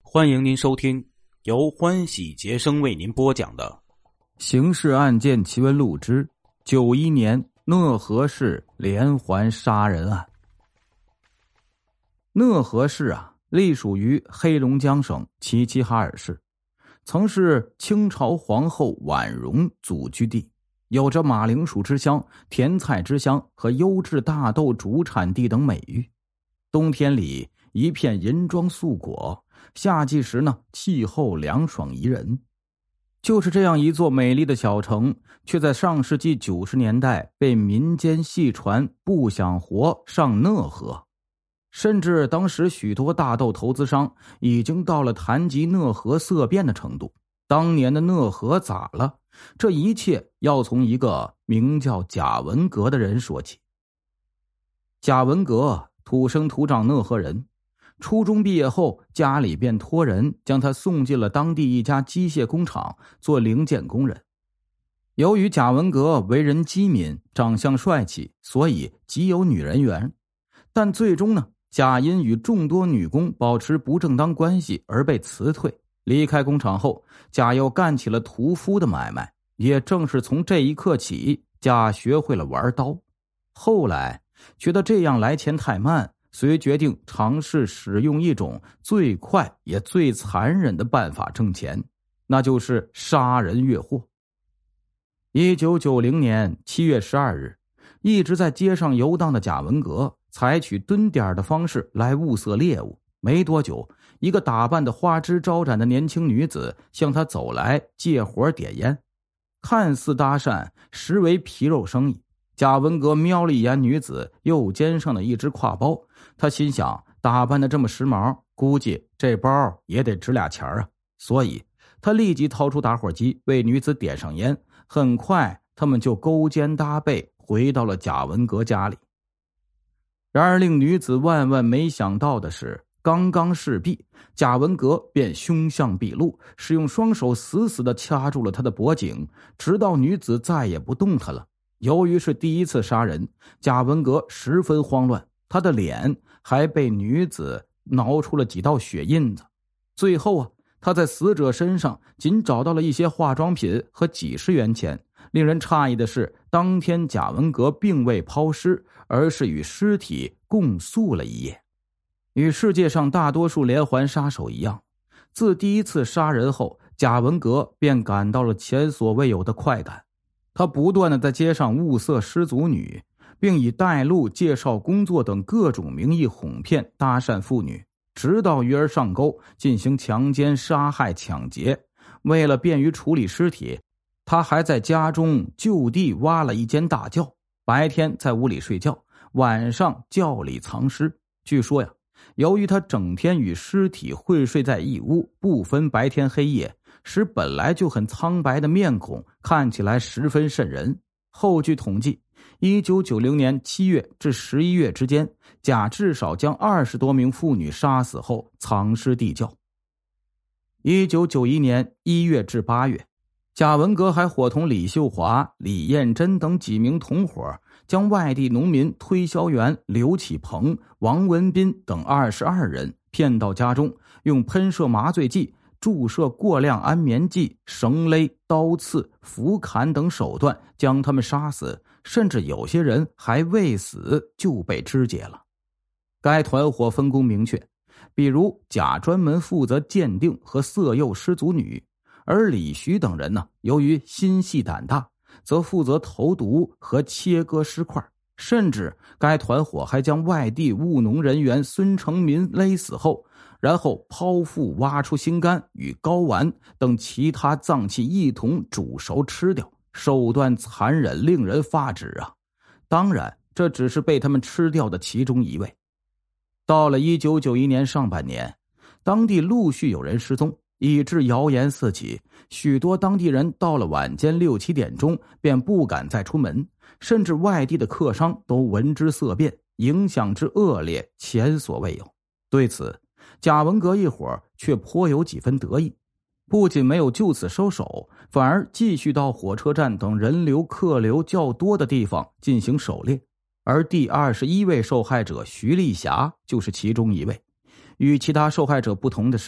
欢迎您收听由欢喜杰生为您播讲的 《刑事案件奇闻录之91年讷河市连环杀人案》。讷河市隶属于黑龙江省齐齐哈尔市，曾是清朝皇后婉容祖居地，有着马铃薯之乡、甜菜之乡和优质大豆主产地等美誉。冬天里一片银装素裹，夏季时气候凉爽宜人。就是这样一座美丽的小城，却在上世纪90年代被民间戏传不想活上讷河，甚至当时许多大豆投资商已经到了谈及讷河色变的程度。当年的讷河咋了？这一切要从一个名叫贾文革的人说起。贾文革土生土长讷河人，初中毕业后，家里便托人将他送进了当地一家机械工厂做零件工人。由于贾文革为人机敏，长相帅气，所以极有女人缘。但最终贾因与众多女工保持不正当关系而被辞退。离开工厂后，贾又干起了屠夫的买卖。也正是从这一刻起，贾学会了玩刀。后来觉得这样来钱太慢，遂决定尝试使用一种最快也最残忍的办法挣钱，那就是杀人越货。1990年7月12日，一直在街上游荡的贾文革采取蹲点的方式来物色猎物。没多久，一个打扮的花枝招展的年轻女子向他走来，借火点烟，看似搭讪，实为皮肉生意。贾文革瞄了一眼女子右肩上的一只挎包，他心想，打扮的这么时髦，估计这包也得值俩钱啊。所以他立即掏出打火机为女子点上烟。很快他们就勾肩搭背回到了贾文革家里。然而令女子万万没想到的是，刚刚事毕，贾文革便凶相毕露，使用双手死死地掐住了她的脖颈，直到女子再也不动弹了。由于是第一次杀人，贾文革十分慌乱，他的脸还被女子挠出了几道血印子。最后他在死者身上仅找到了一些化妆品和几十元钱。令人诧异的是，当天贾文革并未抛尸，而是与尸体共宿了一夜。与世界上大多数连环杀手一样，自第一次杀人后，贾文革便感到了前所未有的快感。他不断地在街上物色失足女，并以带路、介绍工作等各种名义哄骗搭讪妇女，直到鱼儿上钩，进行强奸、杀害、抢劫。为了便于处理尸体，他还在家中就地挖了一间大窖，白天在屋里睡觉，晚上窖里藏尸。据说由于他整天与尸体混睡在一屋，不分白天黑夜，使本来就很苍白的面孔看起来十分瘆人。后据统计，1990年7月至11月之间，贾至少将20多名妇女杀死后藏尸地窖。1991年1月至8月，贾文革还伙同李秀华、李艳珍等几名同伙，将外地农民推销员刘启鹏、王文斌等22人骗到家中，用喷射麻醉剂、注射过量安眠剂、绳勒、刀刺、斧砍等手段将他们杀死，甚至有些人还未死就被肢解了。该团伙分工明确，比如贾专门负责鉴定和色诱失足女，而李徐等人由于心细胆大，则负责投毒和切割尸块。甚至该团伙还将外地务农人员孙成民勒死后，然后剖腹挖出心肝与睾丸等其他脏器一同煮熟吃掉，手段残忍，令人发指啊！当然，这只是被他们吃掉的其中一位。到了1991年上半年，当地陆续有人失踪，以致谣言四起，许多当地人到了晚间6、7点钟便不敢再出门，甚至外地的客商都闻之色变，影响之恶劣前所未有。对此，贾文革一伙却颇有几分得意，不仅没有就此收手，反而继续到火车站等人流客流较多的地方进行狩猎。而第21位受害者徐丽霞就是其中一位。与其他受害者不同的是，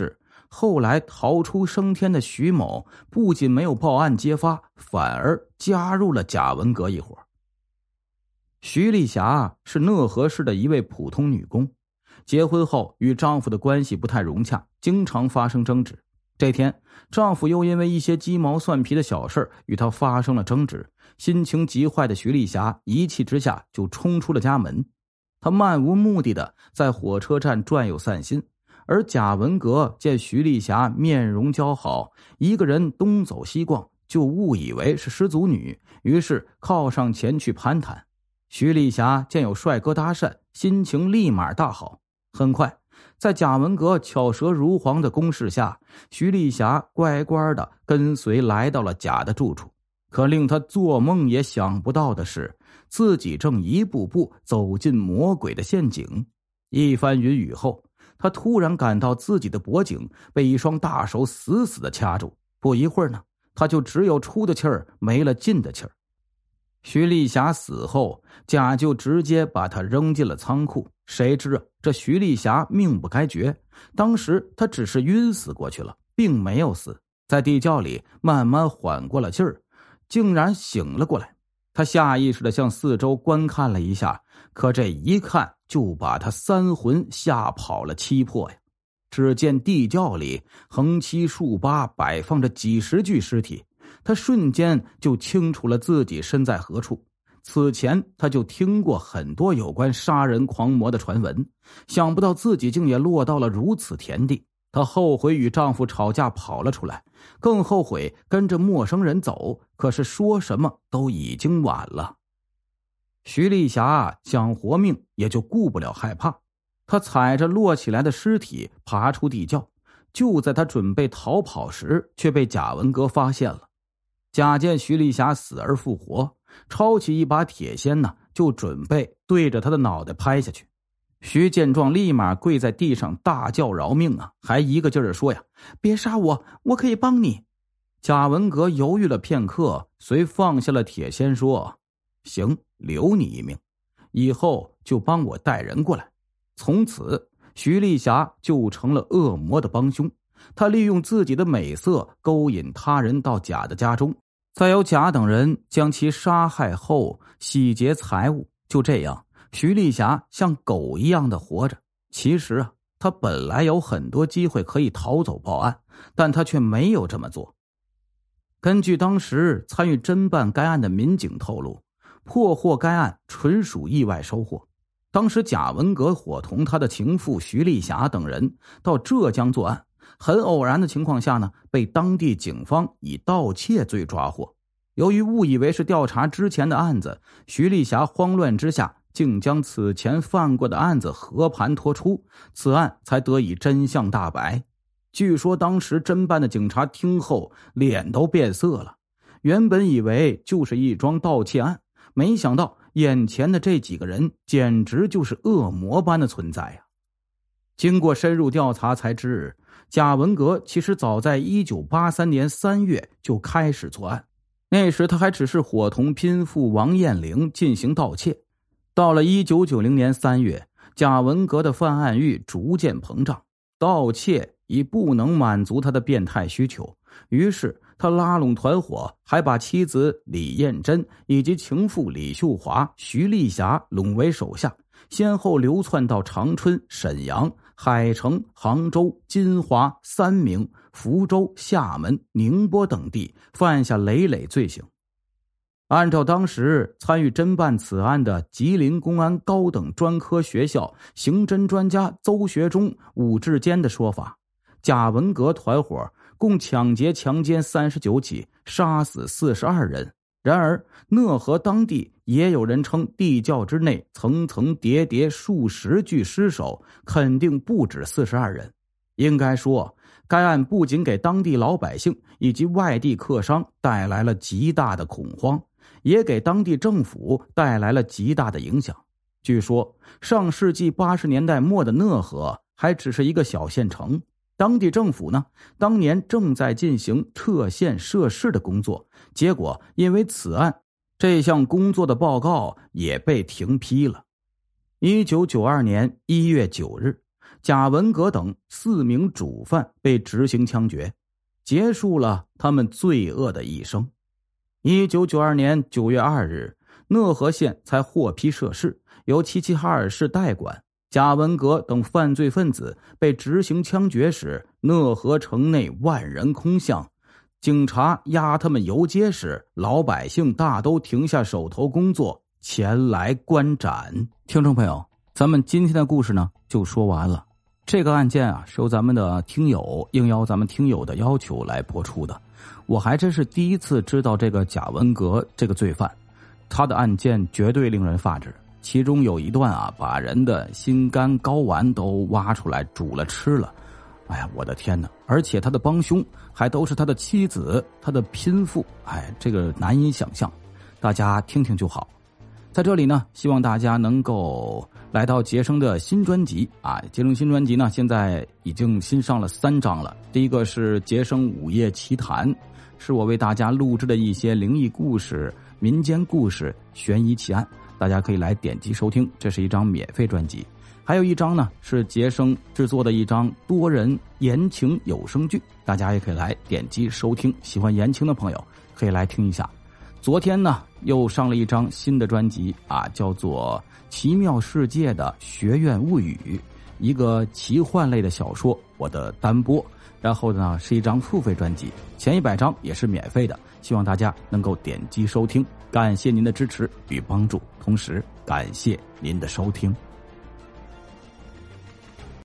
后来逃出升天的徐某不仅没有报案揭发，反而加入了贾文革一伙。徐丽霞是讷河市的一位普通女工，结婚后与丈夫的关系不太融洽，经常发生争执。这天，丈夫又因为一些鸡毛蒜皮的小事与她发生了争执，心情急坏的徐丽霞一气之下就冲出了家门。她漫无目的的在火车站转悠散心，而贾文革见徐丽霞面容姣好，一个人东走西逛，就误以为是失足女，于是靠上前去攀谈。徐丽霞见有帅哥搭讪，心情立马大好。很快，在贾文革巧舌如簧的攻势下，徐丽霞乖乖的跟随来到了贾的住处。可令她做梦也想不到的是，自己正一步步走进魔鬼的陷阱。一番云雨后，她突然感到自己的脖颈被一双大手死死的掐住，不一会儿呢，她就只有出的气儿没了进的气儿。徐丽霞死后，贾就直接把她扔进了仓库。谁知啊，这徐丽霞命不该绝，当时她只是晕死过去了，并没有死，在地窖里慢慢缓过了劲儿，竟然醒了过来。她下意识地向四周观看了一下，可这一看就把她三魂吓跑了七魄呀！只见地窖里横七竖八摆放着几十具尸体，他瞬间就清楚了自己身在何处。此前他就听过很多有关杀人狂魔的传闻，想不到自己竟也落到了如此田地。她后悔与丈夫吵架跑了出来，更后悔跟着陌生人走，可是说什么都已经晚了。徐丽霞想活命也就顾不了害怕，她踩着摞起来的尸体爬出地窖，就在她准备逃跑时，却被贾文革发现了。贾见徐丽霞死而复活，抄起一把铁锨呢，就准备对着她的脑袋拍下去。徐见状立马跪在地上大叫饶命啊，还一个劲儿说呀，别杀我，我可以帮你。贾文革犹豫了片刻，遂放下了铁锨说，行，留你一命，以后就帮我带人过来。从此徐丽霞就成了恶魔的帮凶，她利用自己的美色勾引他人到贾的家中，再由贾等人将其杀害后洗劫财物。就这样，徐丽霞像狗一样的活着。其实啊，她本来有很多机会可以逃走报案，但她却没有这么做。根据当时参与侦办该案的民警透露，破获该案纯属意外收获。当时贾文革伙同他的情妇徐丽霞等人到浙江作案，很偶然的情况下呢，被当地警方以盗窃罪抓获。由于误以为是调查之前的案子，徐丽霞慌乱之下竟将此前犯过的案子和盘托出，此案才得以真相大白。据说当时侦办的警察听后脸都变色了，原本以为就是一桩盗窃案，没想到眼前的这几个人简直就是恶魔般的存在呀！经过深入调查才知，贾文革其实早在1983年3月就开始作案，那时他还只是伙同拼妇王艳玲进行盗窃。到了1990年3月，贾文革的犯案欲逐渐膨胀，盗窃已不能满足他的变态需求，于是他拉拢团伙，还把妻子李艳珍以及情妇李秀华、徐丽霞拢为手下，先后流窜到长春、沈阳、海城、杭州、金华、三明、福州、厦门、宁波等地，犯下累累罪行。按照当时参与侦办此案的吉林公安高等专科学校刑侦专家邹学忠、武志坚的说法，贾文革团伙共抢劫强奸39起，杀死42人。然而讷河当地也有人称地窖之内层层叠叠数十具尸首，肯定不止42人。应该说，该案不仅给当地老百姓以及外地客商带来了极大的恐慌，也给当地政府带来了极大的影响。据说上世纪80年代末的讷河还只是一个小县城，当地政府呢，当年正在进行撤县设市的工作，结果因为此案，这项工作的报告也被停批了。1992年1月9日， 贾文革等4名主犯被执行枪决，结束了他们罪恶的一生。1992年9月2日，讷河县才获批设市，由齐齐哈尔市代管。贾文革等犯罪分子被执行枪决时，讷河城内万人空巷，警察押他们游街时，老百姓大都停下手头工作前来观展。听众朋友，咱们今天的故事呢就说完了。这个案件啊是由咱们的听友应邀咱们听友的要求来播出的。我还真是第一次知道这个贾文革这个罪犯，他的案件绝对令人发指。其中有一段啊，把人的心肝睾丸都挖出来煮了吃了。哎呀，我的天哪！而且他的帮凶还都是他的妻子、他的拼妇，哎，这个难以想象。大家听听就好。在这里呢，希望大家能够来到杰生的新专辑啊！杰生新专辑呢，现在已经新上了3章了。第一个是杰生午夜奇谈，是我为大家录制的一些灵异故事、民间故事、悬疑奇案，大家可以来点击收听，这是一张免费专辑。还有一张呢是杰生制作的一张多人言情有声剧，大家也可以来点击收听，喜欢言情的朋友可以来听一下。昨天呢又上了一张新的专辑啊，叫做《奇妙世界的学院物语》，一个奇幻类的小说，我的单播。然后呢是一张付费专辑，前100章也是免费的，希望大家能够点击收听，感谢您的支持与帮助，同时感谢您的收听。